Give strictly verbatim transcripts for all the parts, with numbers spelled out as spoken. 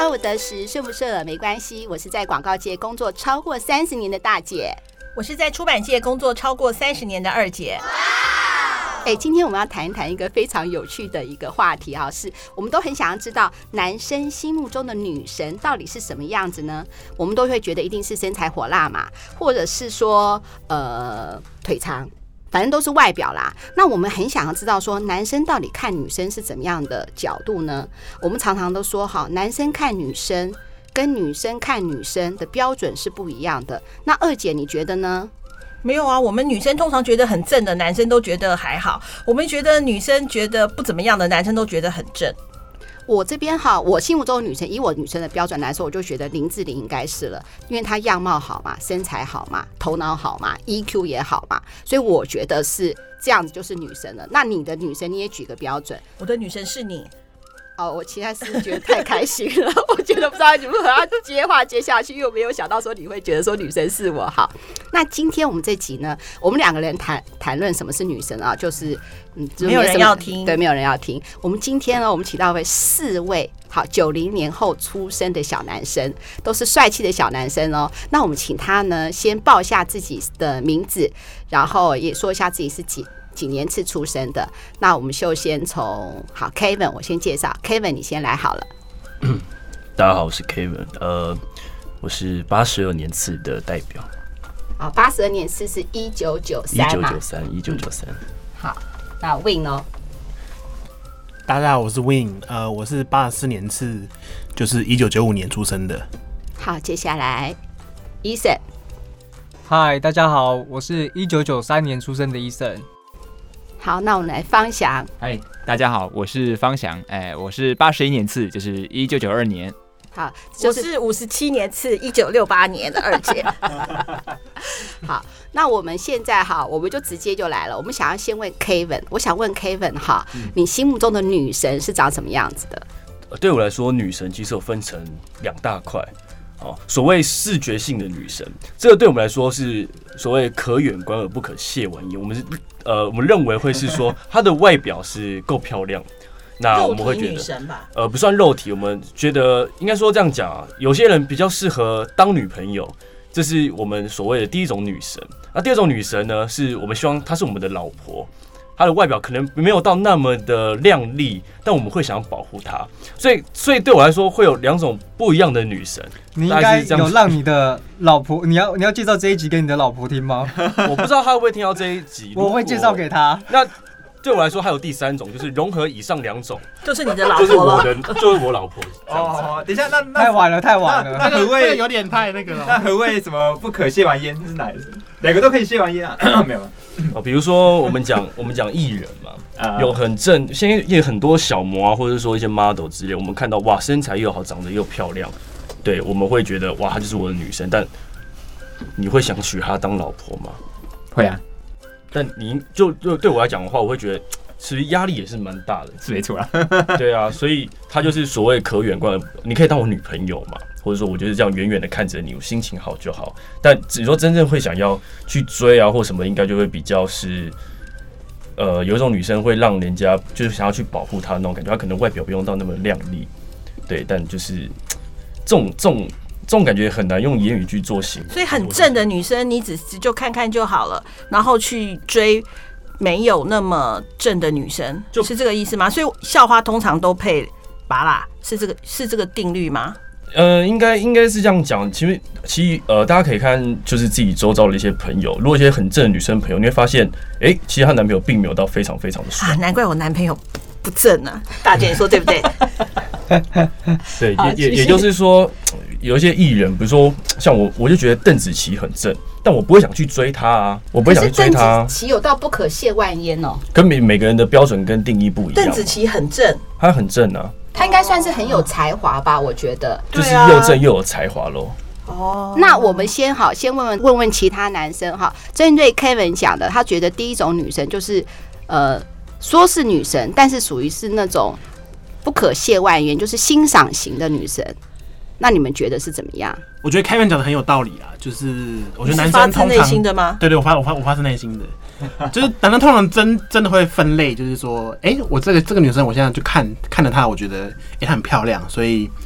不得时，顺不顺耳没关系。我是在广告界工作超过三十年的大姐， 我是在出版界工作超过三十年的二姐。 哎，今天我们要谈一谈一个非常有趣的一个话题啊，是我们都很想要知道男生心目中的女神到底是什么样子呢？我们都会觉得一定是身材火辣嘛，或者是说呃腿长，反正都是外表啦。那我们很想要知道说男生到底看女生是怎么样的角度呢？我们常常都说好，男生看女生跟女生看女生的标准是不一样的。那二姐你觉得呢？ 没有啊，我们女生通常觉得很正的男生都觉得还好，我们觉得女生觉得不怎么样的男生都觉得很正。 我这边哈，我心目中的女生，以我女生的标准来说，我就觉得林志玲应该是了，因为她样貌好嘛，身材好嘛，头脑好嘛 ，E Q 也好嘛，所以我觉得是这样子就是女神了。那你的女神你也举个标准？ 我的女神是你。 哦，我其他是觉得太开心了，我觉得不知道如何要接话接下去，因为我没有想到说你会觉得说女神是我。好，那今天我们这集呢，我们两个人谈谈论什么是女神啊，就是嗯，就没有人要听， 对，没有人要听。我们今天呢，我们请到位四位好九零年后出生的小男生，都是帅气的小男生哦。那我们请他呢，先报一下自己的名字，然后也说一下自己是几。几年次出生的。那我们就先从好 Kevin 我先介绍 Kevin 你先来好了。 大家好，我是 Kevin， 呃，我是八十二年次的代表。 好，八十二年次是一九九三嘛？ 一九九三，一九九三。 好，那 Win 呢？ 大家好，我是 Win， 呃，我是八十四年次，就是一九九五年出生的。 好，接下来 Ethan。 嗨，大家好，我是一九九三年出生的 Ethan。 好，那我们来方翔。 嗨，大家好，我是方翔，哎，我是八十一年次，就是一九九二年。 好，就是、 我是五十七年次，一九六八年的二姐。 好，那我们现在哈，我们就直接就来了。我们想要先问 Kevin， 我想问 Kevin 哈、嗯，你心目中的女神是长什么样子的？ 对我来说，女神其实有分成两大块。哦，所谓视觉性的女神，这个对我们来说是所谓可远观而不可亵玩焉。我们是呃，我们认为会是说她的外表是够漂亮，那我们会觉得呃不算肉体，我们觉得应该说这样讲啊，有些人比较适合当女朋友，这是我们所谓的第一种女神。那第二种女神呢，是我们希望她是我们的老婆。她的外表可能没有到那么的亮丽，但我们会想要保护她，所以，所以对我来说会有两种不一样的女神。 你应该有让你的老婆，你要你要介绍这一集给你的老婆听吗？ 我不知道她会不会听到这一集， 我会介绍给她。 那对我来说还有第三种，就是融合以上两种， 就是你的老婆了，就是我的， 就是我老婆。 哦，等一下，那那太晚了，太晚了， 那何谓有点太那个了？那何谓什么不可亵玩焉是哪一种？两个都可以亵玩焉啊？没有。 哦，比如说我们讲我们讲艺人嘛，uh, 有很正，现在也很多小模啊，或者说一些 model 之类，我们看到哇，身材又好，长得又漂亮，对，我们会觉得哇，她就是我的女神。但你会想娶她当老婆吗？ 会啊。 但你就就对我来讲的话，我会觉得其实压力也是蛮大的， 是没错啦。 对啊，所以她就是所谓可远观，你可以当我女朋友嘛。或者说，我就是这样远远的看着你，我心情好就好。但只说真正会想要去追啊，或什么，应该就会比较是，呃，有一种女生会让人家就是想要去保护她那种感觉。她可能外表不用到那么亮丽，对，但就是这种这种这种感觉很难用言语去做形容。 所以很正的女生，你只就看看就好了，然后去追没有那么正的女生，是这个意思吗？所以校花通常都配芭乐，是这个是这个定律吗？ 呃，应该应该是这样讲。其实，其实呃，大家可以看，就是自己周遭的一些朋友，如果一些很正的女生朋友，你会发现，哎、欸，其实她男朋友并没有到非常非常的帅啊。难怪我男朋友不正啊，大姐你说对不对？ 对，也也也就是说，有一些艺人，比如说像我，我就觉得邓紫棋很正，但我不会想去追她啊，我不会想去追她。 邓紫棋有到不可亵玩焉哦。 跟每每个人的标准跟定义不一样。 邓紫棋很正， 她很正啊。 他应该算是很有才华吧，我觉得， 就是又正又有才华咯。 哦，那我们先好，先问问问问其他男生哈。针对 Kevin 讲的，他觉得第一种女神就是，呃，说是女神，但是属于是那种不可亵玩焉，就是欣赏型的女神。那你们觉得是怎么样？ 我觉得 Kevin 讲的很有道理啊，就是我觉得男生通常发自内心的吗？ 对对，我发我发我发自内心的。就是男生通常真真的会分类，就是说，哎、欸，我这个这个女生，我现在就看看着她，我觉得，哎、欸，她很漂亮，所以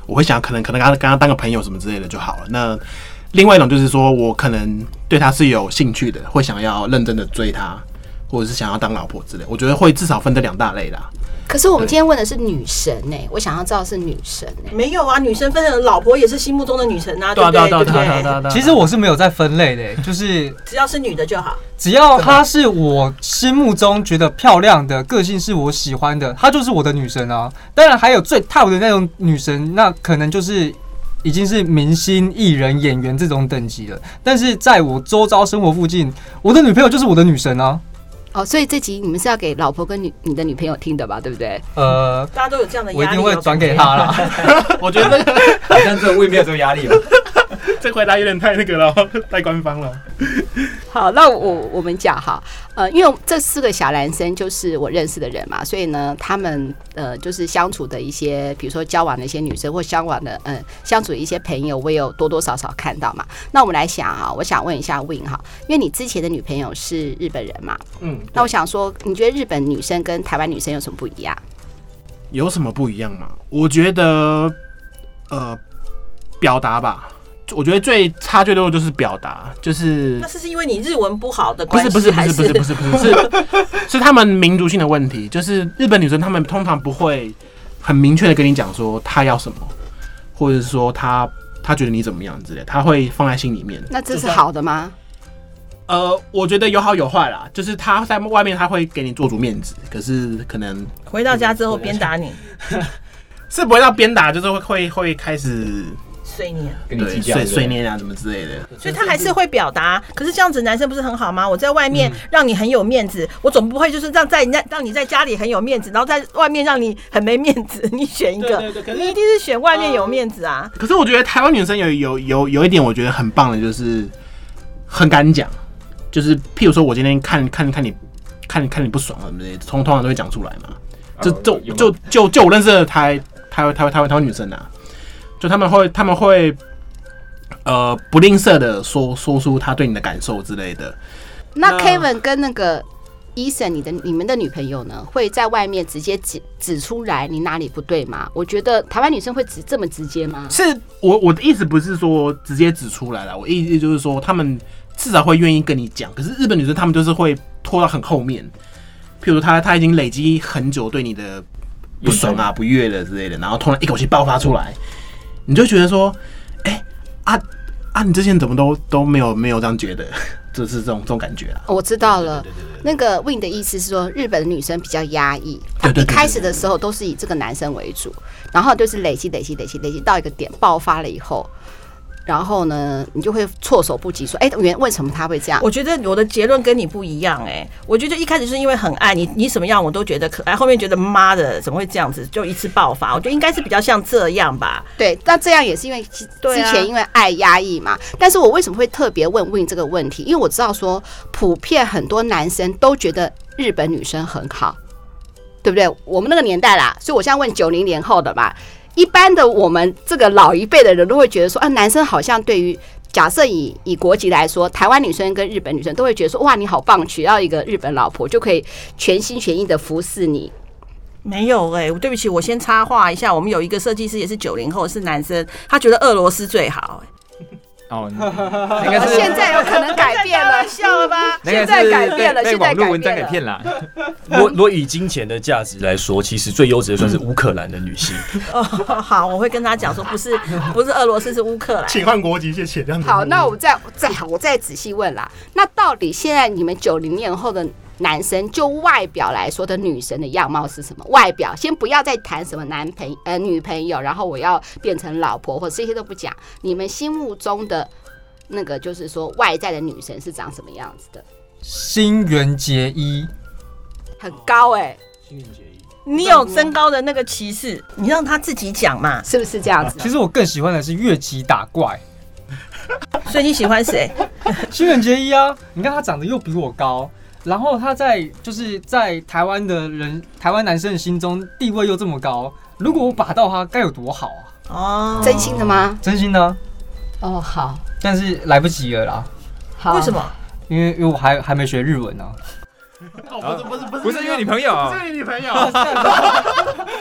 我会想可能可能跟他跟他当个朋友什么之类的就好了。那另外一种就是说我可能对他是有兴趣的，会想要认真的追他，或者是想要当老婆之类。我觉得会至少分这两大类啦。 可是我们今天问的是女神呢、欸，我想要知道是女神呢、欸。 没有啊，女神分成老婆也是心目中的女神啊，对不对？对不对？ 其实我是没有在分类的、欸，就是只要是女的就好， 只要她是我心目中觉得漂亮的，个性是我喜欢的，她就是我的女神啊。当然还有最 top 的那种女神，那可能就是已经是明星、艺人、演员这种等级了。但是在我周遭生活附近，我的女朋友就是我的女神啊。 哦，所以这集你们是要给老婆跟女你的女朋友听的吧？对不对？ 呃， 大家都有这样的压力， 我一定会转给她啦。 我觉得好像这我也没有这种压力吧。 这回答有点太那个了，太官方了。 好，那我我们讲哈，呃，因为这四个小男生就是我认识的人嘛，所以呢，他们呃就是相处的一些，比如说交往的一些女生或相往的嗯、呃、相处的一些朋友，我也有多多少少看到嘛。那我们来想哈，我想问一下 Win 哈，因为你之前的女朋友是日本人嘛，嗯，那我想说，你觉得日本女生跟台湾女生有什么不一样？ 有什么不一样吗？我觉得呃表达吧。我觉得最差最多的就是表达，就是那是因为你日文不好的关系， 不是不是不是不是不是不是是是他们民族性的问题，就是日本女生她们通常不会很明确的跟你讲说她要什么，或者是说她她觉得你怎么样之类的，她会放在心里面。 那这是好的吗？ 呃，我觉得有好有坏啦，就是她在外面她会给你做足面子，可是可能回到家之后鞭打你， 是不会到鞭打，就是会会会开始。 碎念， 跟你计较， 碎碎念啊，什么之类的， 所以他还是会表达。可是这样子男生不是很好吗？我在外面让你很有面子，我总不会就是让在让你在家里很有面子，然后在外面让你很没面子。你选一个，对对对，你一定是选外面有面子啊。 可是我觉得台湾女生有有有有一点我觉得很棒的，就是很敢讲，就是譬如说我今天看看看你看看你不爽了什么的，通通常都会讲出来嘛。就就就就就我认识的台台台台湾台湾女生啊。就他们会，他们会，呃，不吝啬的说说出他对你的感受之类的。 那 Kevin 跟那个 Eason， 你的你们的女朋友呢，会在外面直接指指出来你哪里不对吗？我觉得台湾女生会直这么直接吗？ 是我我的意思不是说直接指出来了，我意思就是说他们至少会愿意跟你讲。可是日本女生她们就是会拖到很后面，譬如她她已经累积很久对你的不爽啊、不悦了之类的，然后突然一口气爆发出来。你就觉得说，哎、欸、啊啊，你之前怎么都都没有没有这样觉得，就是这种这种感觉啦。 我知道了，對對對對對，那个 Win 的意思是说，日本的女生比较压抑， 对对对对对， 一开始的时候都是以这个男生为主，然后就是累积累积累积累积到一个点爆发了以后。然后呢，你就会措手不及，说：“哎、欸，原为什么他会这样？” 我觉得我的结论跟你不一样、欸，哎，我觉得一开始是因为很爱你，你什么样我都觉得可爱，后面觉得妈的怎么会这样子，就一次爆发。我觉得应该是比较像这样吧。 对，那这样也是因为之前因为爱压抑嘛。啊、但是我为什么会特别问 Win 这个问题？因为我知道说，普遍很多男生都觉得日本女生很好，对不对？我们那个年代啦，所以我现在问九零年后的嘛。一般的我们这个老一辈的人都会觉得说啊，男生好像对于假设以以国籍来说，台湾女生跟日本女生都会觉得说，哇，你好棒，娶到一个日本老婆就可以全心全意的服侍你。 没有哎、欸，对不起，我先插话一下，我们有一个设计师也是九零后，是男生，他觉得俄罗斯最好、欸。 哦，应该是现在有可能改变了， 笑了吧？ 现在改变了， 被网络文章给骗了。 如果如果以金钱的价值来说，其实最优质的算是乌克兰的女性。 哦，好，我会跟他讲说，不是不是俄罗斯，是乌克兰。 请换国籍，谢谢。这样子。 好，那我再再我再仔细问啦。那到底现在你们九零年后的男生，就外表来说的女神的样貌是什么？外表先不要再谈什么男朋呃女朋友，然后我要变成老婆，或者这些都不讲。你们心目中的那个就是说外在的女神是长什么样子的？ 新垣结衣， 很高哎、欸。 新垣结衣， 你有身高的那个歧视，你让他自己讲嘛， 是不是这样子？ 其实我更喜欢的是越级打怪。 所以你喜欢谁？ 新垣结衣啊！你看他长得又比我高，然后他在就是在台湾的人，台湾男生的心中地位又这么高，如果我把到他，该有多好啊！ 哦， 真心的吗？ 真心的、啊。 哦，好， 但是来不及了啦。 好， 为什么？ 因为因为我还还没学日文呢、 啊。哦，不是不是不是不是因为女朋友， 不是因为女朋友。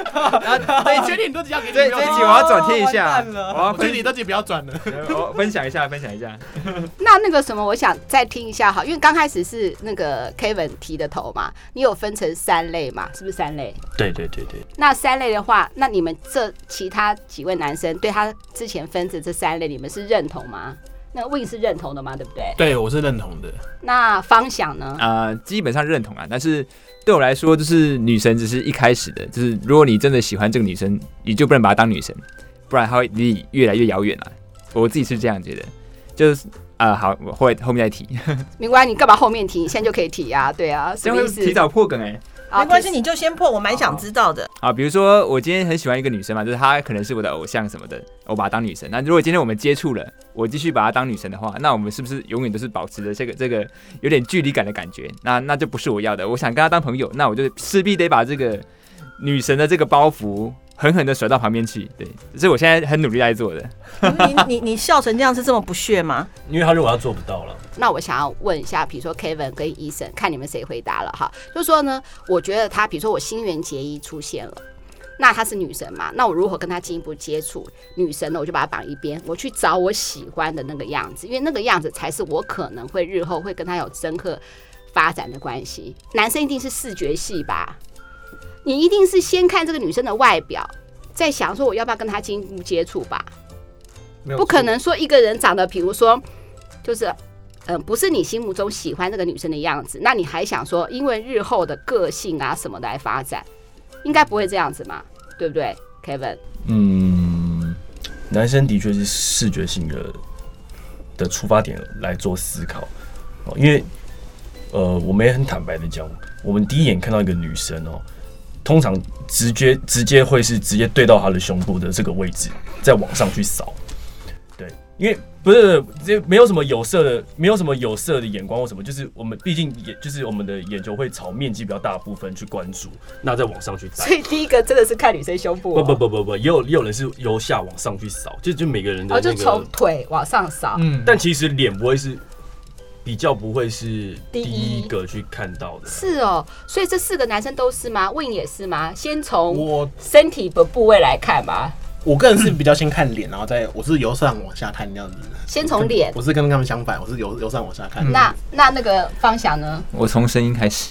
你确定你都只要给你？ 这这一集我要转贴一下， 我要分你都不要转了。 我分享一下，分享一下。 那那个什么，我想再听一下哈，因为刚开始是那个 Kevin 提的头嘛，你有分成三类嘛？是不是三类？ 对对对对。 那三类的话，那你们这其他几位男生对他之前分的这三类，你们是认同吗？那 Win 是认同的吗？对不对？ 对，我是认同的。 那方向呢？ 呃，基本上认同啊，但是对我来说，就是女神只是一开始的，就是如果你真的喜欢这个女生，你就不能把她当女神，不然她会离你越来越遥远了。我自己是这样觉得，就是啊、呃，好，我会后面再提。 没关系，你干嘛后面提？你现在就可以提啊，对啊， 这样会提早破梗哎、欸。 没关系，你就先破，我蛮想知道的。 啊，比如说我今天很喜欢一个女生嘛，就是她可能是我的偶像什么的，我把她当女神。那如果今天我们接触了，我继续把她当女神的话，那我们是不是永远都是保持着这个这个有点距离感的感觉？那那就不是我要的。我想跟她当朋友，那我就势必得把这个女神的这个包袱狠狠的甩到旁边去。对，这是我现在很努力在做的。 你你你笑成这样是这么不屑吗？ 因为他认为他做不到了。 那我想要问一下，比如说 Kevin 跟 Eason， 看你们谁回答了哈。就是说呢，我觉得他，比如说我新垣结衣出现了，那她是女神嘛，那我如何跟她进一步接触？女神呢，我就把她绑一边，我去找我喜欢的那个样子，因为那个样子才是我可能会日后会跟她有深刻发展的关系。男生一定是视觉系吧？你一定是先看这个女生的外表，再想说我要不要跟她进一步接触吧？不可能说一个人长得，比如说就是。嗯，不是你心目中喜欢那个女生的样子，那你还想说因为日后的个性啊什么的来发展，应该不会这样子嘛，对不对 ，Kevin？ 嗯，男生的确是视觉性的的出发点来做思考，因为呃，我们也很坦白的讲，我们第一眼看到一个女生哦，通常直接直接会是直接对到她的胸部的这个位置，再往上去扫，对，因为。不是，这没有什么有色的，没有什么有色的眼光或什么，就是我们毕竟也就是我们的眼球会朝面积比较大的部分去关注，那再往上去带。 所以第一个真的是看女生胸部、哦。 不不不不不，也有也有人是由下往上去扫，就就每个人的、那个， 哦，就从腿往上扫。 嗯，但其实脸不会是比较不会是第一个去看到的。 是哦，所以这四个男生都是吗 ？Win 也是吗？先从我身体的部位来看吧。 我个人是比较先看脸，然后再我是由上往下看这样子。 先从脸， 我是跟他们相反，我是由由上往下看。 嗯、那那那个方向呢？ 我从声音开始。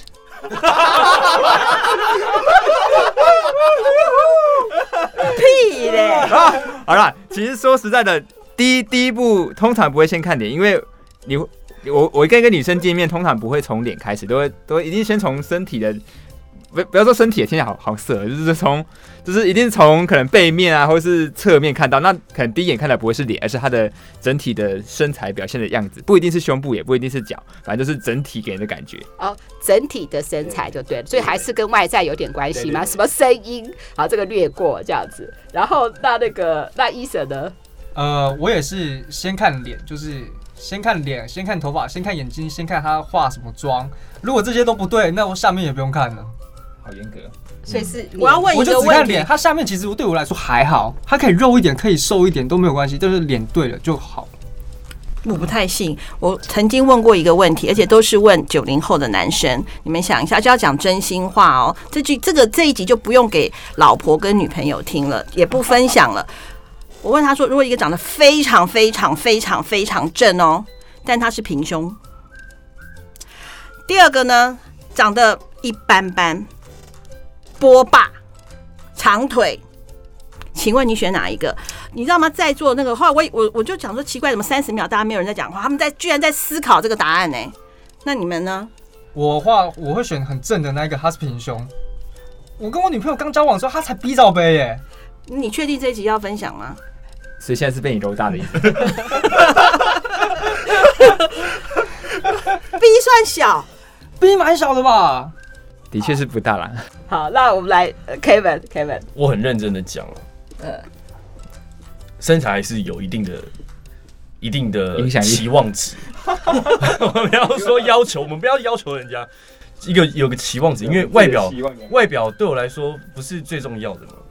屁嘞！ 啊，好啦，其实说实在的，第一第一步通常不会先看脸，因为你我我跟一个女生见面，通常不会从脸开始，都会都会一定先从身体的。不不要说身体，听起来好好色，就是从就是一定从可能背面啊，或是侧面看到，那可能第一眼看到不会是脸，而是他的整体的身材表现的样子，不一定是胸部，也不一定是脚，反正就是整体给人的感觉。 哦，整体的身材就对了，所以还是跟外在有点关系嘛，什么声音，好，这个略过这样子。然后那那个那医生呢？ 呃，我也是先看脸，就是先看脸，先看头发，先看眼睛，先看他化什么妆。如果这些都不对，那我下面也不用看了。 好严格， 所以是我要问一个问题， 我就只看脸，它下面其实对我来说还好，它可以肉一点，可以瘦一点都没有关系，但是脸对了就好。 我不太信，我曾经问过一个问题，而且都是问九零后的男生，你们想一下，就要讲真心话哦。这句这个这一集就不用给老婆跟女朋友听了，也不分享了。我问他说，如果一个长得非常非常非常非常正哦，但他是平胸，第二个呢，长得一般般。波霸长腿，请问你选哪一个？你知道吗？在座那个后来我我我就讲说奇怪，怎么三十秒大家没有人在讲话，他们在居然在思考这个答案呢？那你们呢？ 我话我会选很正的那一个，他是平胸。我跟我女朋友刚交往的时候，他才 B 罩杯耶。 你确定这一集要分享吗？ 所以现在是被你揉大的意思。 B 算小 ，B 蛮小的吧？ 的确是不大啦。 好，那我们来 Kevin Kevin， 我很认真的讲了，呃，身材还是有一定的、一定的期望值。我们不要说要求，我们不要要求人家一个有个期望值，因为外表外表对我来说不是最重要的嘛。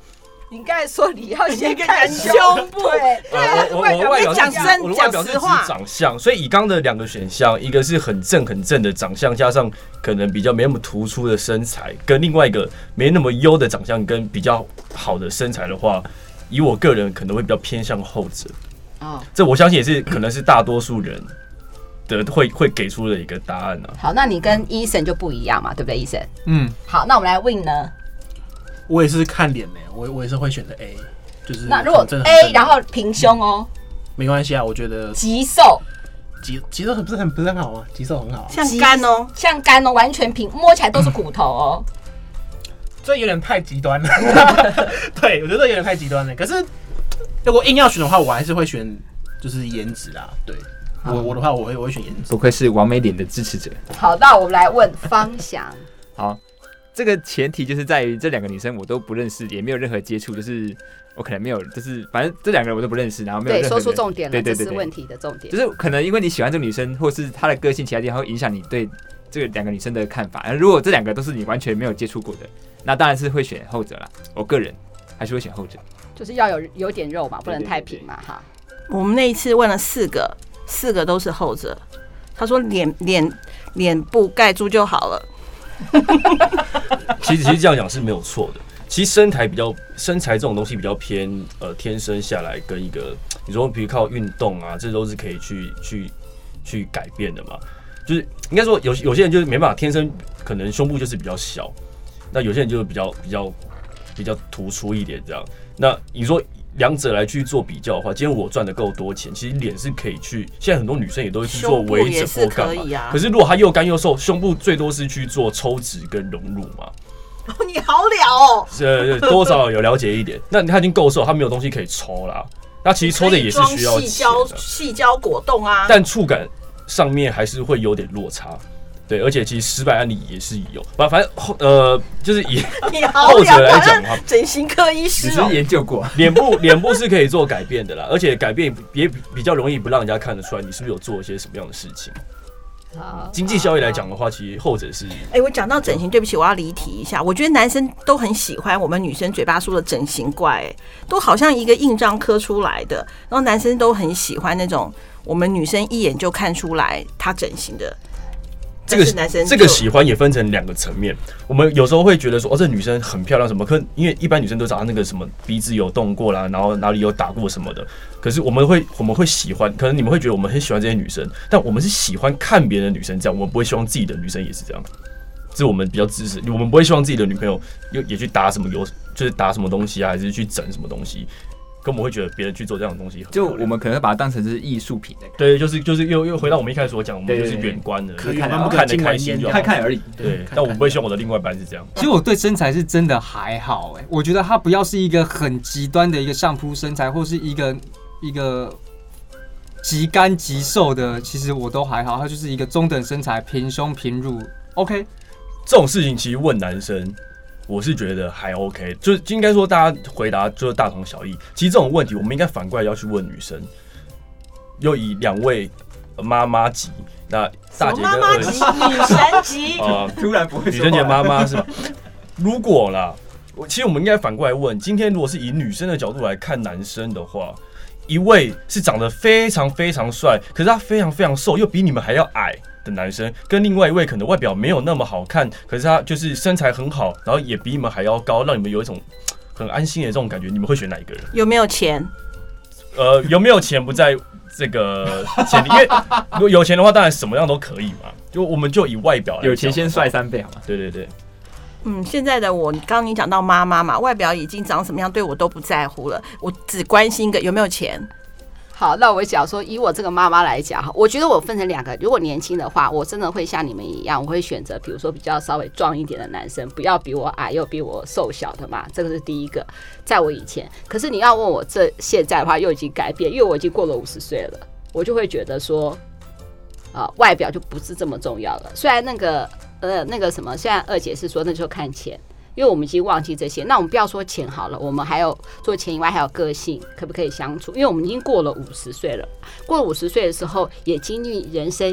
你刚才说你要先看看胸部， 胸部对， 呃，我我我的外表是指讲真我的外表是指讲实话长相，所以以刚刚的两个选项，一个是很正很正的长相，加上可能比较没那么突出的身材，跟另外一个没那么优的长相跟比较好的身材的话，以我个人可能会比较偏向后者。 哦， 这我相信也是可能是大多数人的会会给出的一个答案啊。 好，那你跟医生就不一样嘛，对不对，医生？ 嗯， 好，那我们来问呢。 我也是看脸呢，我我也是会选择 A， 就是那如果真的很 A 正然后平胸哦， 没关系啊，我觉得极瘦， 极极瘦很不是很不是很好吗？极瘦很好， 像干哦， 像干哦，完全平，摸起来都是骨头哦。 这有点太极端了。对，我觉得这有点太极端了。可是如果硬要选的话，我还是会选就是颜值啦。对我我的话，我会我会选颜值。 不愧是完美脸的支持者。 好，那我们来问方翔。 好，这个前提就是在于这两个女生我都不认识，也没有任何接触，就是我可能没有，就是反正这两个人我都不认识，然后没有对， 任何说出重点了， 对对对对这是问题的重点。 就是可能因为你喜欢这个女生，或是她的个性，其他地方会影响你对这个两个女生的看法。而如果这两个都是你完全没有接触过的，那当然是会选后者啦。我个人还是会选后者， 就是要有有点肉嘛，不能太平嘛，哈。 我们那一次问了四个，四个都是后者。他说脸脸脸部盖住就好了。 其实其实这样讲是没有错的。其实身材比较身材这种东西比较偏呃天生下来跟一个你说比如靠运动啊，这都是可以去去去改变的嘛。就是应该说有有些人就是没办法天生可能胸部就是比较小，那有些人就是比较比较比较突出一点这样。那你说两者来去做比较的话，今天我赚的够多钱，其实脸是可以去，现在很多女生也都会去做微整或干嘛。 啊、 可是如果她又干又瘦，胸部最多是去做抽脂跟隆乳嘛。 你好了哦， 是多少有了解一点。那他已经够瘦，他没有东西可以抽啦。那其实抽的也是需要钱的， 细胶果冻啊， 但触感上面还是会有点落差。对，而且其实失败案例也是有，反正呃，就是以后者来讲的话， 整形科医师你是研究过， 脸部脸部是可以做改变的啦，而且改变也比较容易不让人家看得出来你是不是有做一些什么样的事情。经济效益来讲的话，其实后者是。 哎、欸，我讲到整形，对不起，我要离题一下。我觉得男生都很喜欢我们女生嘴巴说的整形怪、欸，都好像一个印章刻出来的。然后男生都很喜欢那种我们女生一眼就看出来他整形的。 这个男生这个喜欢也分成两个层面。我们有时候会觉得说，哦，这女生很漂亮什么？可因为一般女生都找她那个什么鼻子有动过啦，然后哪里有打过什么的。可是我们会我们会喜欢，可能你们会觉得我们很喜欢这些女生，但我们是喜欢看别人的女生这样，我们不会希望自己的女生也是这样。这是我们比较支持，我们不会希望自己的女朋友也也去打什么油，就是打什么东西啊，还是去整什么东西。跟我们会觉得别人去做这样的东西， 就我们可能会把它当成是艺术品的。 对，就是就是又又回到我们一开始所讲，我们就是远观的， 可以看看得开心就好， 看看而已。 对，但我们不会希望我的另外一半是这样。 其实我对身材是真的还好，哎，我觉得他不要是一个很极端的一个相扑身材，或是一个一个极干极瘦的，其实我都还好。他就是一个中等身材，平胸平乳 ，OK。 这种事情其实问男生。我是觉得还 OK， 就是应该说大家回答就是大同小异。其实这种问题，我们应该反过来要去问女生。又以两位妈妈级，那大姐跟二姐， 女神级啊， 突然不会女生节妈妈是吧？如果啦，其实我们应该反过来问：今天如果是以女生的角度来看男生的话，一位是长得非常非常帅，可是他非常非常瘦，又比你们还要矮。的男生跟另外一位可能外表没有那么好看，可是他就是身材很好，然后也比你们还要高，让你们有一种很安心的这种感觉。你们会选哪一个人？ 有没有钱？ 呃，有没有钱不在这个前提，因为如果有钱的话，当然什么样都可以嘛。就我们就以外表来讲， 有钱先帅三倍好吗？ 对对对。 嗯，现在的我，刚刚你讲到妈妈嘛，外表已经长什么样，对我都不在乎了，我只关心一个有没有钱。 好，那我讲说，以我这个妈妈来讲，我觉得我分成两个。如果年轻的话，我真的会像你们一样，我会选择，比如说比较稍微壮一点的男生，不要比我矮又比我瘦小的嘛。这个是第一个，在我以前。可是你要问我这现在的话，又已经改变，因为我已经过了五十岁了，我就会觉得说，啊、呃，外表就不是这么重要了。虽然那个呃那个什么，现在二姐是说那就看钱。因为我们已经忘记这些，那我们不要说钱好了，我们还有除了钱以外还有个性，可不可以相处？因为我们已经过了五十岁了，过了五十岁的时候，也经历人生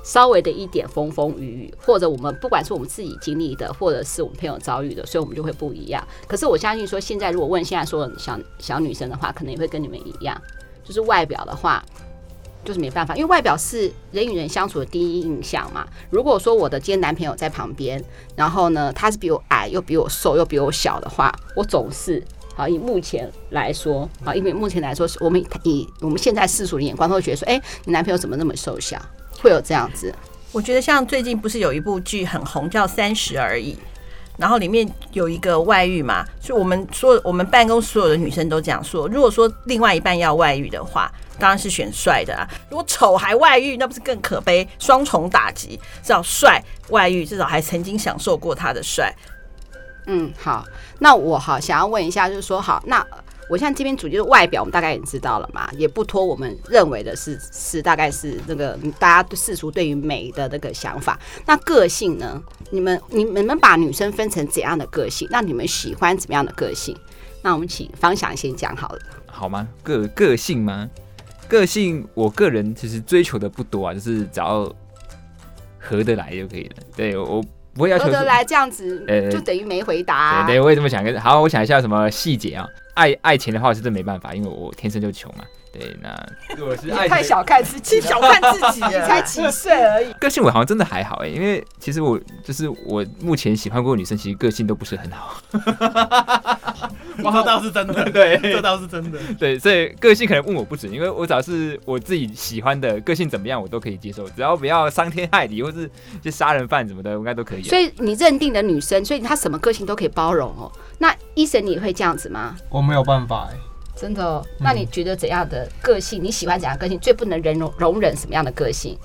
稍微的一点风风雨雨，或者我们不管是我们自己经历的，或者是我们朋友遭遇的，所以我们就会不一样。可是我相信说，现在如果问现在所有小小女生的话，可能也会跟你们一样，就是外表的话。就是没办法，因为外表是人与人相处的第一印象嘛。如果说我的今天男朋友在旁边，然后呢，他是比我矮，又比我瘦，又比我小的话，我总是好以目前来说，好，因为目前来说，我们以我们现在世俗的眼光，都会觉得说，哎、欸，你男朋友怎么那么瘦小？会有这样子。 我觉得像最近不是有一部剧很红，叫《三十而已》。然后里面有一个外遇嘛，所以我们说我们办公所有的女生都这样说，如果说另外一半要外遇的话，当然是选帅的啊。如果丑还外遇，那不是更可悲，双重打击。至少帅外遇，至少还曾经享受过他的帅。 嗯，好，那我好想要问一下，就是说，好，那我现在这边主题的外表，我们大概也知道了嘛，也不脱我们认为的是是大概是那个大家世俗对于美的那个想法。那个性呢？你们你们把女生分成怎样的个性？那你们喜欢怎么样的个性？那我们请方翔先讲好了。 好吗？个个性吗？个性，我个人其实追求的不多啊，就是只要合得来就可以了。对我。不会要求合得来这样子，就等于没回答、啊。 对对，我也这么想。好，我想一下什么细节啊？爱爱钱的话是真没办法，因为我天生就穷嘛。对，那如果是爱， 你太小看自己， 小看自己， 你才几岁而已。 个性我好像真的还好哎、欸，因为其实我就是我目前喜欢过的女生，其实个性都不是很好。 这倒是真的，对，这倒是真的。 对，所以个性可能问我不准，因为我只要是我自己喜欢的，个性怎么样我都可以接受，只要不要伤天害理或是就杀人犯什么的，我应该都可以。 所以你认定的女生，所以她什么个性都可以包容哦。那医生你会这样子吗？ 我没有办法哎、欸。 真的哦？那你觉得怎样的个性？你喜欢怎样的个性？最不能忍容容忍什么样的个性？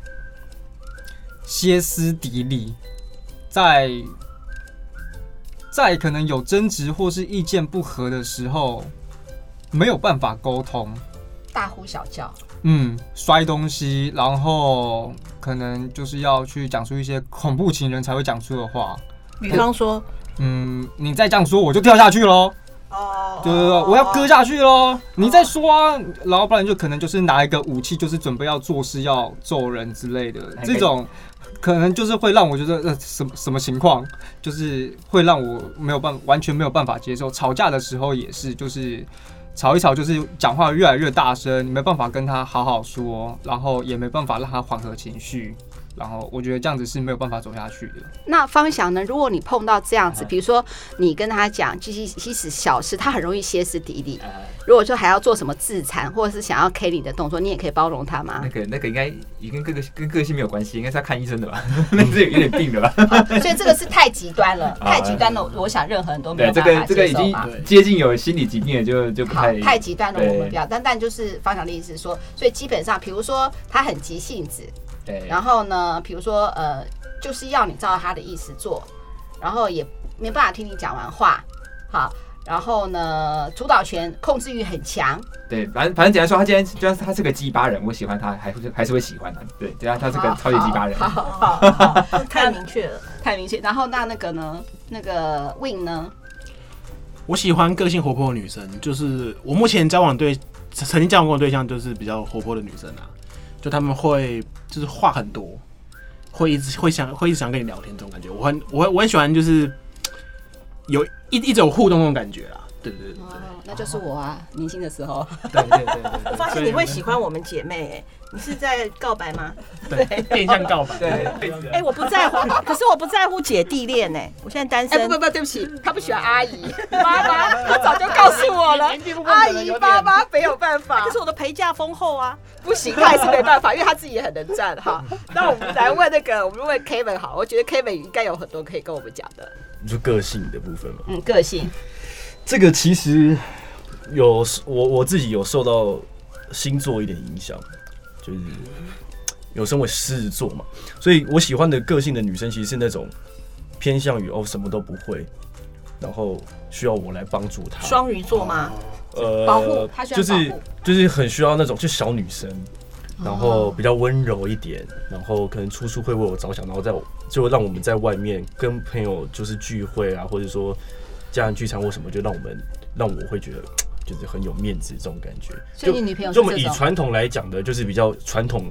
歇斯底里，在在可能有争执或是意见不合的时候，没有办法沟通， 大呼小叫， 嗯，摔东西，然后可能就是要去讲出一些恐怖情人才会讲出的话， 比方说， 嗯，你再这样说，我就跳下去喽。哦，对对对，我要割下去喽！你再说啊，然后不然就可能就是拿一个武器，就是准备要做事要揍人之类的，这种可能就是会让我觉得呃什么什么情况，就是会让我没有办法完全没有办法接受。吵架的时候也是，就是吵一吵，就是讲话越来越大声，你没办法跟他好好说，然后也没办法让他缓和情绪。然后我觉得这样子是没有办法走下去的。 那方翔呢？如果你碰到这样子，比如说你跟他讲，其实其实小事，他很容易歇斯底里。如果说还要做什么自残，或者是想要 K 你的动作，你也可以包容他吗？ 那个那个应该也跟个个跟个性没有关系，应该是要看医生的吧？那是有点病的吧？ 所以这个是太极端了，太极端的，我想任何人都没有办法接受吧。 这个这个已经接近有心理疾病了，就就不太太极端了，我们不要。但但就是方翔的意思是说，所以基本上，比如说他很急性子。然后呢，比如说呃，就是要你照他的意思做，然后也没办法听你讲完话，好，然后呢，主导权、控制欲很强。 对，反正反正简单说，他今天就算他是个鸡巴人，我喜欢他，还是还是会喜欢他。对，只要他是个超级鸡巴人。 好好好，好太明确了， 太明确。然后那那个呢，那个 Win 呢？ 我喜欢个性活泼的女生，就是我目前交往对曾经交往过的对象，就是比较活泼的女生啊。就他们会就是话很多，会一直会想会一直想跟你聊天这种感觉，我很我很我很喜欢就是有一一直有互动那种感觉啦，对对对对、 哦，那就是我啊，年轻的时候。 对对对 对, 对。 我发现你会喜欢我们姐妹、欸，你是在告白吗？ 对，变相告白。 对， 哎、欸，我不在乎，可是我不在乎姐弟恋呢、欸。我现在单身。 哎、欸，不不不，对不起，他不喜欢阿姨妈妈，他早就告诉我了，阿姨妈妈没有办法。 可是我的陪嫁丰厚啊， 不行，他还是没办法，因为他自己也很能站哈。那我们来问那个，我们问 Kevin 好，我觉得 Kevin 应该有很多可以跟我们讲的。 你说个性的部分吗？ 嗯，个性。 这个其实有我我自己有受到星座一点影响，就是有身为狮子座嘛，所以我喜欢的个性的女生其实是那种偏向于哦什么都不会，然后需要我来帮助她。 双鱼座吗？ 呃， 保护她， 就是就是很需要那种就小女生，然后比较温柔一点，然后可能处处会为我着想，然后在就让我们在外面跟朋友就是聚会啊，或者说家人聚餐或什么，就让我们让我会觉得就是很有面子这种感觉。 所以你女朋友是就我们以传统来讲的，就是比较传统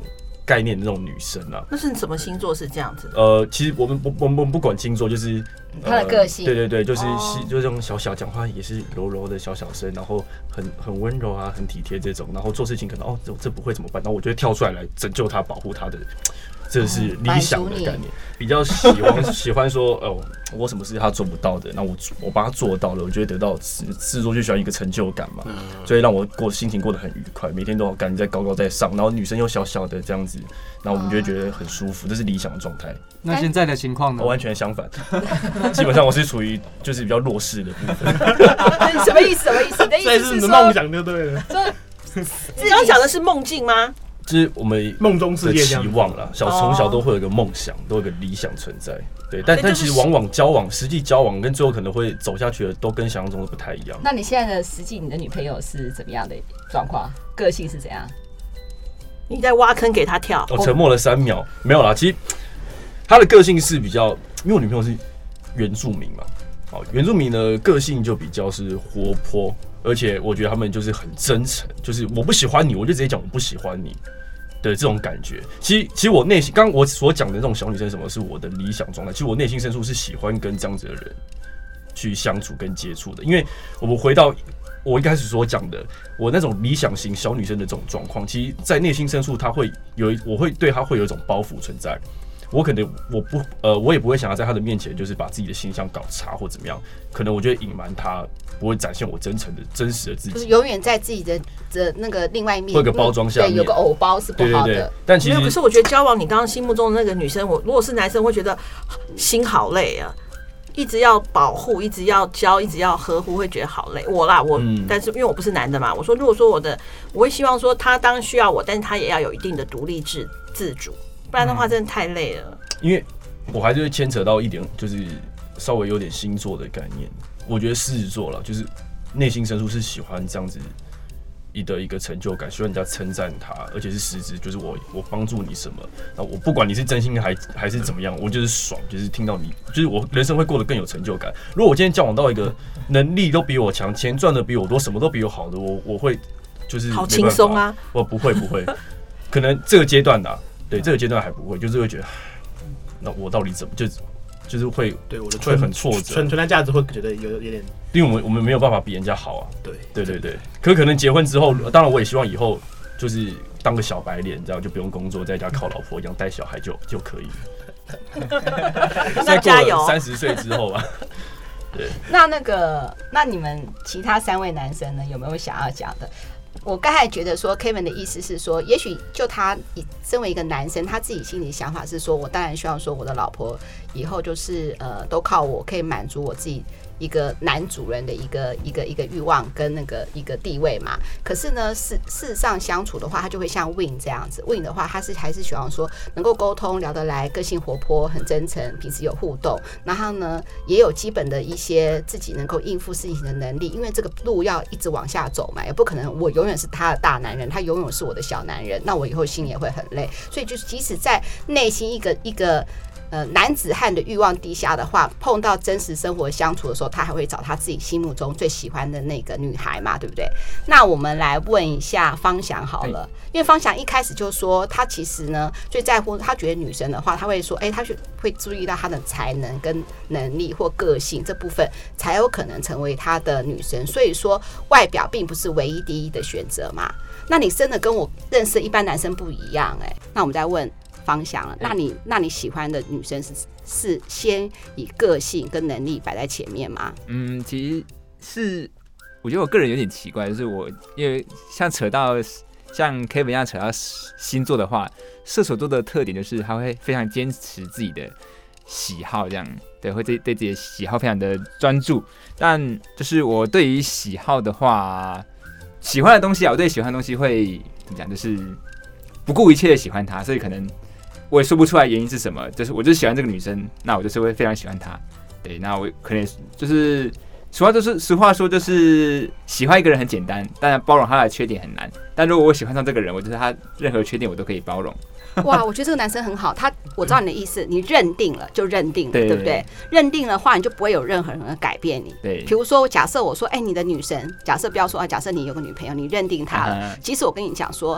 概念的那种女生啊。 那是什么星座是这样子的？ 呃，其实我们不我们不管星座，就是他的个性。 呃、对对对，就是、 哦、 就是这种小小讲话也是柔柔的小小声，然后很很温柔啊，很体贴这种，然后做事情可能哦这这不会怎么办，然后我就会跳出来来拯救他，保护他的。这是理想的概念，比较喜欢喜欢说哦，我什么事情他做不到的，那我我帮他做到了，我就会得到制作就喜欢一个成就感嘛，所以让我过心情过得很愉快，每天都好感觉在高高在上，然后女生又小小的这样子，然后我们就会觉得很舒服，这是理想的状态。 那现在的情况呢？ 完全相反，基本上我是处于就是比较弱势的部分。 什么意思？什么意思？你的意思是说梦想就对了。 你刚讲的是梦境吗？ 就是我们梦中世界期望啦，小从小都会有一个梦想，都有一个理想存在。对，但但其实往往交往，实际交往跟最后可能会走下去的，都跟想象中的不太一样。 那你现在的实际，你的女朋友是怎么样的状况？个性是怎样？ 你在挖坑给她跳？ 我沉默了三秒，没有啦。其实她的个性是比较，因为我女朋友是原住民嘛，好，原住民的个性就比较是活泼。而且我觉得他们就是很真诚，就是我不喜欢你，我就直接讲我不喜欢你的这种感觉。其实，其实我内心，刚刚我所讲的那种小女生，什么是我的理想状态？其实我内心深处是喜欢跟这样子的人去相处跟接触的。因为我们回到我一开始所讲的，我那种理想型小女生的这种状况，其实，在内心深处，她会有，我会对她会有一种包袱存在。我可能我不呃，我也不会想要在他的面前就是把自己的形象搞差或怎么样，可能我就会隐瞒他，不会展现我真诚的真实的自己， 就是永远在自己的的那个另外一面， 会有个包装下面， 对，有个偶包是不好的。对对对， 但其实， 可是我觉得交往你刚刚心目中的那个女生，我如果是男生会觉得心好累啊，一直要保护，一直要教，一直要呵护，会觉得好累。我啦，我，嗯、但是因为我不是男的嘛，我说如果说我的，我会希望说他当需要我，但是他也要有一定的独立自自主，不然的话真的太累了。 嗯、因为我还是会牵扯到一点，就是稍微有点星座的概念。我觉得狮子座啦，就是内心深处是喜欢这样子一的一个成就感，希望人家称赞他，而且是实质，就是我我帮助你什么，那我不管你是真心还还是怎么样，我就是爽，就是听到你，就是我人生会过得更有成就感。如果我今天交往到一个能力都比我强，钱赚的比我多，什么都比我好的，我我会就是好轻松啊， 我不会不会，可能这个阶段啊，对这个阶段还不会，就是会觉得。那我到底怎么就就是会对我的会很挫折， 存存在价值会觉得有有点， 因为我们我们没有办法比人家好啊。 对对对对，可可能结婚之后，当然我也希望以后就是当个小白脸，这样就不用工作，在家靠老婆养带小孩就就可以了。 那加油！ 三十岁之后啊，对。 那那个，那你们其他三位男生呢，有没有想要讲的？我刚才觉得说 Kevin 的意思是说，也许就他身为一个男生，他自己心里想法是说，我当然希望说我的老婆以后就是呃都靠我，可以满足我自己一个男主人的一个一个一个欲望跟那个一个地位嘛。可是呢，事事实上相处的话，他就会像 Win 这样子。Win 的话，他是还是希望说能够沟通聊得来，个性活泼，很真诚，彼此有互动。然后呢，也有基本的一些自己能够应付事情的能力。因为这个路要一直往下走嘛，也不可能我永远是他的大男人，他永远是我的小男人，那我以后心也会很累。所以就是即使在内心一个一个。呃，男子汉的欲望低下的话，碰到真实生活相处的时候，他还会找他自己心目中最喜欢的那个女孩嘛，对不对？那我们来问一下方翔好了，因为方翔一开始就说，他其实呢最在乎，他觉得女生的话，他会说，哎、欸，他会注意到她的才能跟能力或个性这部分，才有可能成为他的女生。所以说，外表并不是唯一第一的选择嘛。那你真的跟我认识的一般男生不一样、欸，哎，那我们再问。方向了，那你那你喜欢的女生是是先以个性跟能力摆在前面吗？ 嗯，其实是我觉得我个人有点奇怪，就是我因为像扯到像 Kevin 一样扯到星座的话，射手座的特点就是他会非常坚持自己的喜好，这样对，会对对自己的喜好非常的专注。但就是我对于喜好的话，喜欢的东西啊，我对喜欢的东西会怎么讲，就是不顾一切的喜欢他，所以可能。我也说不出来原因是什么，就是我就是喜欢这个女生，那我就是会非常喜欢她。对，那我可能就是实话就是实话说，就是喜欢一个人很简单，但包容他的缺点很难。但如果我喜欢上这个人，我觉得他任何缺点我都可以包容。 哇，我觉得这个男生很好，他我知道你的意思，你认定了就认定了， 对, 对不对？认定的话，你就不会有任何人改变你。 对， 比如说，假设我说，哎、欸，你的女神，假设不要说啊，假设你有个女朋友，你认定她了，其实我跟你讲说。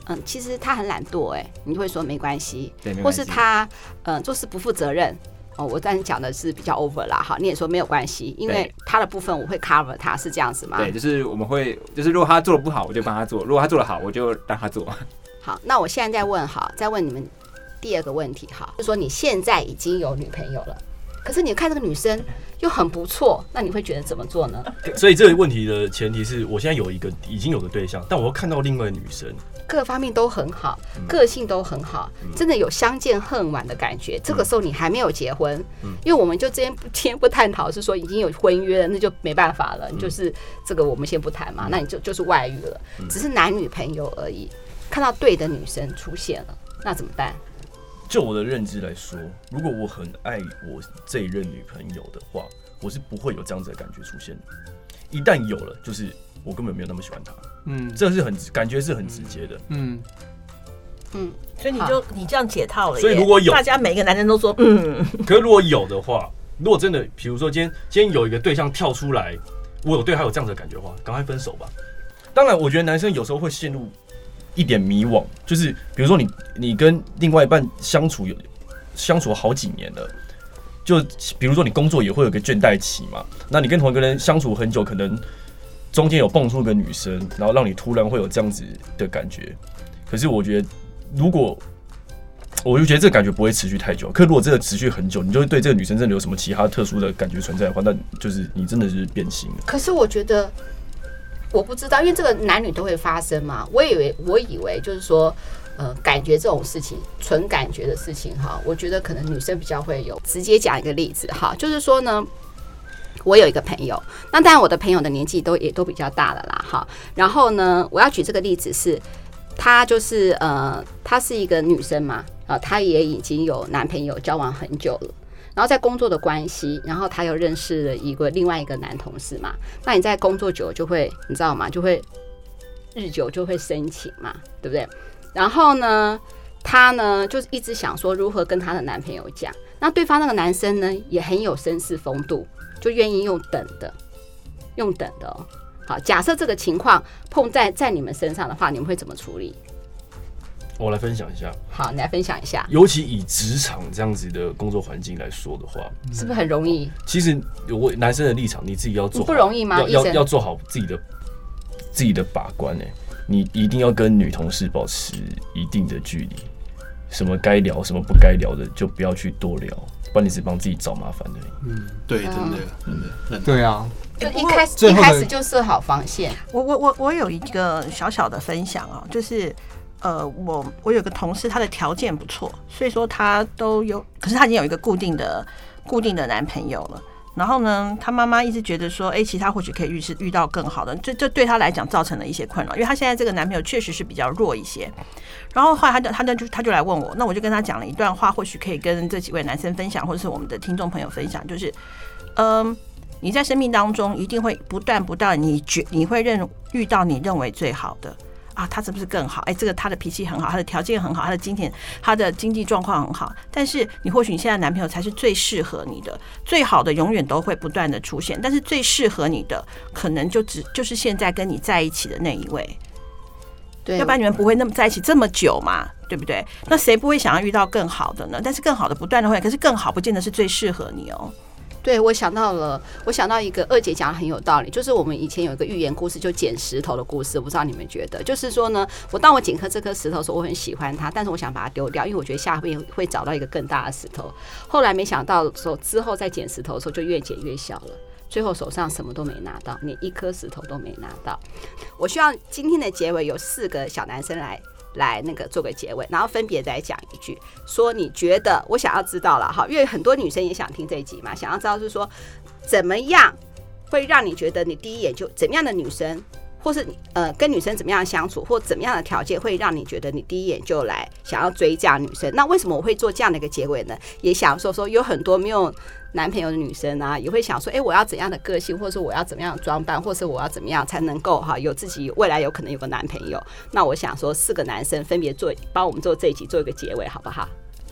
嗯，其实他很懒惰，哎，你就会说没关系， 对，没或关系是他嗯做事不负责任。哦，我当然讲的是比较 over 啦，哈，你也说没有关系，因为他的部分我会 cover 他，是这样子吗？ 对，就是我们会，就是如果他做的不好，我就帮他做；如果他做的好，我就让他做。 好，那我现在再问，好，再问你们第二个问题，哈，就说你现在已经有女朋友了，可是你看这个女生又很不错，那你会觉得怎么做呢？ 所以这个问题的前提是我现在有一个已经有个对象，但我又看到另外一个女生。 各方面都很好，个性都很好，真的有相见恨晚的感觉。这个时候你还没有结婚，因为我们就今天不今天不探讨是说已经有婚约了，那就没办法了。你就是这个我们先不谈嘛，那你就就是外遇了，只是男女朋友而已。看到对的女生出现了，那怎么办？ 就我的认知来说，如果我很爱我这一任女朋友的话，我是不会有这样子的感觉出现的。一旦有了，就是我根本没有那么喜欢她。嗯，这是很感觉是很直接的。嗯嗯，所以你就你这样解套了。 所以如果有， 大家每个男人都说嗯。 可是如果有的话，如果真的，比如说今天今天有一个对象跳出来，我有对他有这样子的感觉的话，赶快分手吧。当然，我觉得男生有时候会陷入一点迷惘，就是比如说你你跟另外一半相处有相处好几年了。就比如说你工作也会有个倦怠期嘛，那你跟同一个人相处很久，可能中间有蹦出一个女生，然后让你突然会有这样子的感觉。可是我觉得，如果我就觉得这个感觉不会持续太久。可如果真的持续很久，你就会对这个女生真的有什么其他特殊的感觉存在的话，那就是你真的是变心了。 可是我觉得我不知道，因为这个男女都会发生嘛。我以为我以为就是说。呃，感觉这种事情，纯感觉的事情哈，我觉得可能女生比较会有。直接讲一个例子哈，就是说呢，我有一个朋友，那当然我的朋友的年纪都也都比较大了啦哈。然后呢，我要举这个例子是，她就是呃，她是一个女生嘛，啊、呃，她也已经有男朋友交往很久了。然后在工作的关系，然后她又认识了一个另外一个男同事嘛。那你在工作久就会，你知道吗？就会日久就会生情嘛，对不对？然后呢，她呢就是一直想说如何跟她的男朋友讲。那对方那个男生呢也很有绅士风度，就愿意用等的，用等的哦。好，假设这个情况碰在在你们身上的话，你们会怎么处理？ 我来分享一下。 好，你来分享一下。 尤其以职场这样子的工作环境来说的话， 是不是很容易？ 其实我男生的立场，你自己要做好， 不容易吗？ 要要要做好自己的自己的把关哎、欸。你一定要跟女同事保持一定的距离，什么该聊，什么不该聊的，就不要去多聊，不然你只帮自己找麻烦而已。 嗯，对，真的，真的， 对啊， 就一开始一开始就设好防线。 我我我我有一个小小的分享哦，就是呃，我我有个同事，他的条件不错，所以说他都有，可是他已经有一个固定的固定的男朋友了。然后呢，他妈妈一直觉得说，哎，其实他或许可以遇是遇到更好的，这这对他来讲造成了一些困扰，因为他现在这个男朋友确实是比较弱一些。然后后来他就他就他就来问我，那我就跟他讲了一段话，或许可以跟这几位男生分享，或者是我们的听众朋友分享，就是，嗯，你在生命当中一定会不断不断，你觉你会认遇到你认为最好的。啊，他是不是更好？哎，这个他的脾气很好，他的条件很好，他的金钱，他的经济状况很好。但是你或许你现在男朋友才是最适合你的，最好的永远都会不断的出现，但是最适合你的可能就只就是现在跟你在一起的那一位。对，要不然你们不会那么在一起这么久嘛，对不对？那谁不会想要遇到更好的呢？但是更好的不断的会，可是更好不见得是最适合你哦。 对，我想到了，我想到一个二姐讲的很有道理，就是我们以前有一个寓言故事，就捡石头的故事，我不知道你们觉得，就是说呢，我当我捡颗这颗石头的时候，我很喜欢它，但是我想把它丢掉，因为我觉得下面会找到一个更大的石头。后来没想到的时候，之后再捡石头的时候，就越捡越小了，最后手上什么都没拿到，连一颗石头都没拿到。我希望今天的结尾有四个小男生来。来那个做个结尾，然后分别再讲一句，说你觉得我想要知道了哈，因为很多女生也想听这一集嘛，想要知道是说怎么样会让你觉得你第一眼就怎么样的女生，或是呃跟女生怎么样相处，或怎么样的条件会让你觉得你第一眼就来想要追这样女生。那为什么我会做这样的一个结尾呢？也想说说有很多没有男朋友的女生啊，也会想说，哎、欸，我要怎样的个性，或者是我要怎么样的装扮，或是我要怎么样才能够哈有自己未来有可能有个男朋友？那我想说，四个男生分别做帮我们做这一集做一个结尾，好不好？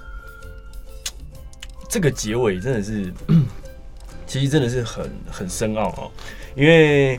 这个结尾真的是，其实真的是很很深奥哦，因为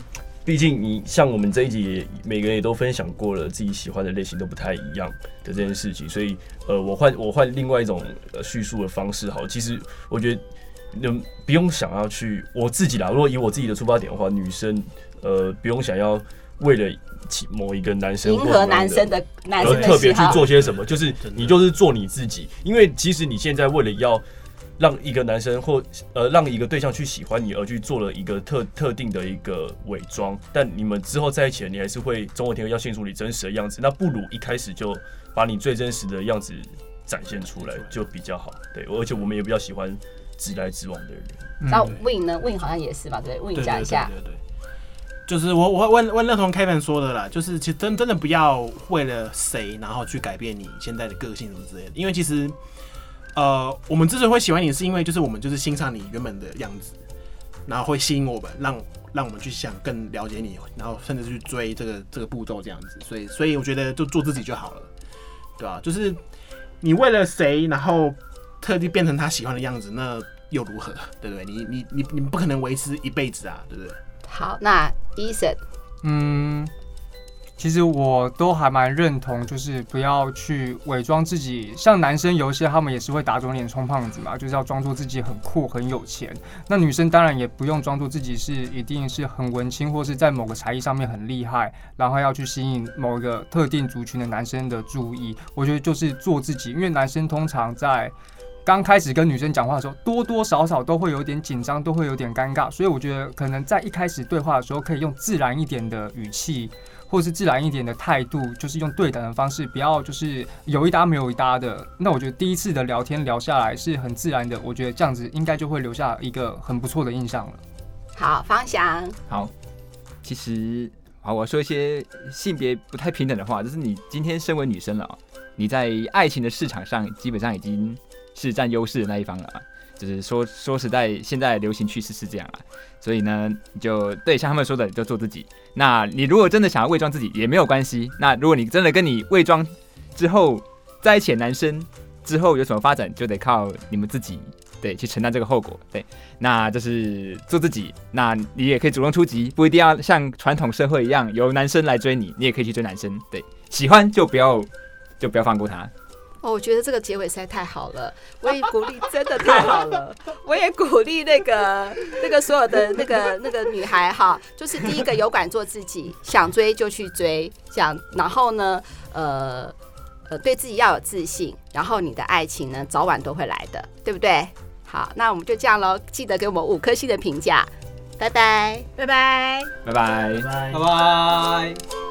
毕竟你像我们这一集也每个人也都分享过了自己喜欢的类型都不太一样的这件事情，所以呃，我换我换另外一种叙述的方式好，其实我觉得嗯不用想要去我自己啦，如果以我自己的出发点的话，女生呃不用想要为了某一个男生迎合男生的男生的特别去做些什么，就是你就是做你自己，因为其实你现在为了要让一个男生或呃让一个对象去喜欢你，而去做了一个特特定的一个伪装，但你们之后在一起了，你还是会总有一天要献出你真实的样子，那不如一开始就把你最真实的样子展现出来，就比较好。对，而且我们也比较喜欢直来直往的人。 那 Win 呢 ？Win 好像也是吧？对 ，Win 讲一下。 对对对对对就是我我我我认同 Kevin 说的啦，就是其实真真的不要为了谁然后去改变你现在的个性什么之类的，因为其实呃我们之所以会喜欢你，是因为就是我们就是欣赏你原本的样子，然后会吸引我们，让让我们去想更了解你，然后甚至去追这个这个步骤这样子，所以所以我觉得就做自己就好了，对吧、啊？就是你为了谁然后特地变成他喜欢的样子，那又如何？对不对？你你你你不可能维持一辈子啊，对不对？ 好，那 Eason， 嗯，其实我都还蛮认同，就是不要去伪装自己。像男生有一些他们也是会打肿脸充胖子嘛，就是要装作自己很酷很有钱。那女生当然也不用装作自己是一定是很文青，或是在某个才艺上面很厉害，然后要去吸引某一个特定族群的男生的注意。我觉得就是做自己，因为男生通常在刚开始跟女生讲话的时候，多多少少都会有点紧张，都会有点尴尬，所以我觉得可能在一开始对话的时候，可以用自然一点的语气，或是自然一点的态度，就是用对等的方式，不要就是有一搭没有一搭的。那我觉得第一次的聊天聊下来是很自然的，我觉得这样子应该就会留下一个很不错的印象了。 好，方翔。 好，其实好，我要说一些性别不太平等的话，就是你今天身为女生了，你在爱情的市场上基本上已经是占优势的那一方了啊，就是说说实在，现在流行趋势是这样啊，所以呢，就对像他们说的，就做自己。那你如果真的想要伪装自己也没有关系，那如果你真的跟你伪装之后在一起的男生之后有什么发展，就得靠你们自己对去承担这个后果。对，那就是做自己。那你也可以主动出击，不一定要像传统社会一样由男生来追你，你也可以去追男生。对，喜欢就不要就不要放过他。 哦，我觉得这个结尾实在太好了，我也鼓励，真的太好了，我也鼓励那个那个所有的那个那个女孩哈，就是第一个有敢做自己，想追就去追，想然后呢，呃呃，对自己要有自信，然后你的爱情呢，早晚都会来的，对不对？好，那我们就这样咯，记得给我们五颗星的评价，拜拜， 拜拜， 拜拜， 拜拜。